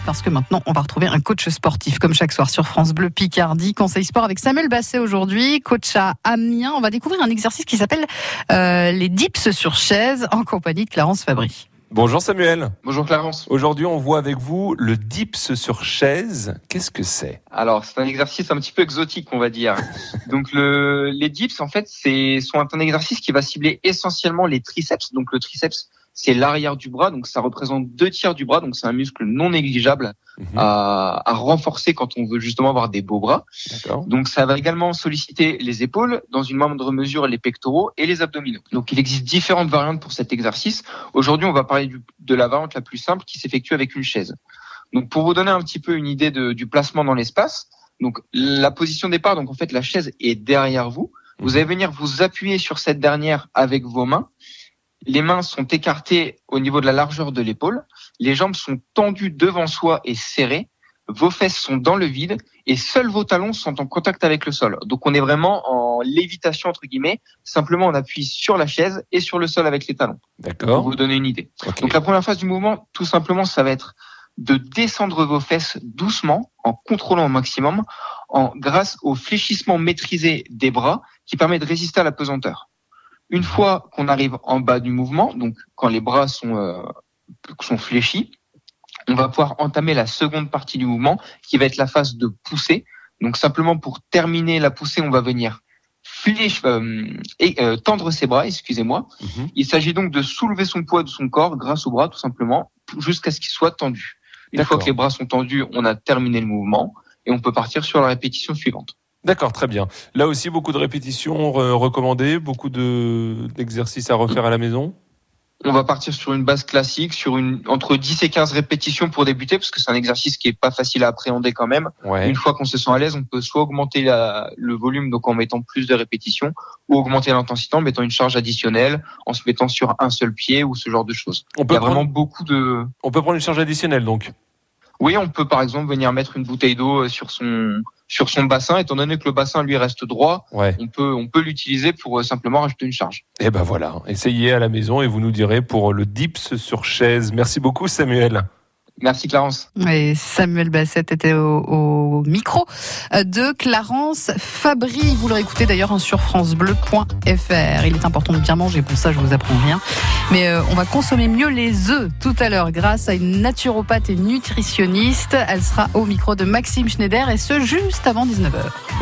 parce que maintenant, on va retrouver un coach sportif, comme chaque soir sur France Bleu Picardie. Conseil sport avec Samuel Basset aujourd'hui, coach à Amiens. On va découvrir un exercice qui s'appelle les dips sur chaise en compagnie de Clarence Fabry. Bonjour Samuel. Bonjour Clarence. Aujourd'hui, on voit avec vous le dips sur chaise. Qu'est-ce que c'est ? Alors, c'est un exercice un petit peu exotique, on va dire. Donc, les dips, en fait, sont un exercice qui va cibler essentiellement les triceps. Donc, le triceps, c'est l'arrière du bras. Donc, ça représente 2/3 du bras. Donc, c'est un muscle non négligeable à renforcer quand on veut justement avoir des beaux bras. D'accord. Donc, ça va également solliciter les épaules, dans une moindre mesure les pectoraux et les abdominaux. Donc, il existe différentes variantes pour cet exercice. Aujourd'hui, on va parler de la variante la plus simple qui s'effectue avec une chaise. Donc, pour vous donner un petit peu une idée du placement dans l'espace, donc la position de départ, donc en fait, la chaise est derrière vous. Vous allez venir vous appuyer sur cette dernière avec vos mains. Les mains sont écartées au niveau de la largeur de l'épaule. Les jambes sont tendues devant soi et serrées. Vos fesses sont dans le vide et seuls vos talons sont en contact avec le sol. Donc, on est vraiment en lévitation, entre guillemets. Simplement, on appuie sur la chaise et sur le sol avec les talons. D'accord. Pour vous donner une idée. Okay. Donc, la première phase du mouvement, tout simplement, ça va être de descendre vos fesses doucement, en contrôlant au maximum, grâce au fléchissement maîtrisé des bras qui permet de résister à la pesanteur. Une fois qu'on arrive en bas du mouvement, donc quand les bras sont fléchis, on va pouvoir entamer la seconde partie du mouvement qui va être la phase de poussée. Donc simplement pour terminer la poussée, on va venir tendre ses bras, excusez-moi. Il s'agit donc de soulever son poids de son corps grâce aux bras tout simplement jusqu'à ce qu'ils soient tendus. Une fois que les bras sont tendus, on a terminé le mouvement et on peut partir sur la répétition suivante. D'accord, très bien. Là aussi, beaucoup de répétitions recommandées, beaucoup d'exercices à refaire à la maison. On va partir sur une base classique, entre 10 et 15 répétitions pour débuter, parce que c'est un exercice qui est pas facile à appréhender quand même. Ouais. Une fois qu'on se sent à l'aise, on peut soit augmenter le volume, donc en mettant plus de répétitions, ou augmenter l'intensité en mettant une charge additionnelle, en se mettant sur un seul pied ou ce genre de choses. On peut vraiment beaucoup de... On peut prendre une charge additionnelle, donc. Oui, on peut par exemple venir mettre une bouteille d'eau sur son bassin, étant donné que le bassin lui reste droit, ouais. on peut l'utiliser pour simplement rajouter une charge. Et ben voilà, essayez à la maison et vous nous direz pour le dips sur chaise. Merci beaucoup Samuel. Merci Clarence. Et Samuel Basset était au micro de Clarence Fabry. Vous l'aurez écouté d'ailleurs sur francebleu.fr. Il est important de bien manger, pour ça je vous apprends rien. Mais on va consommer mieux les œufs tout à l'heure grâce à une naturopathe et nutritionniste. Elle sera au micro de Maxime Schneider et ce juste avant 19h.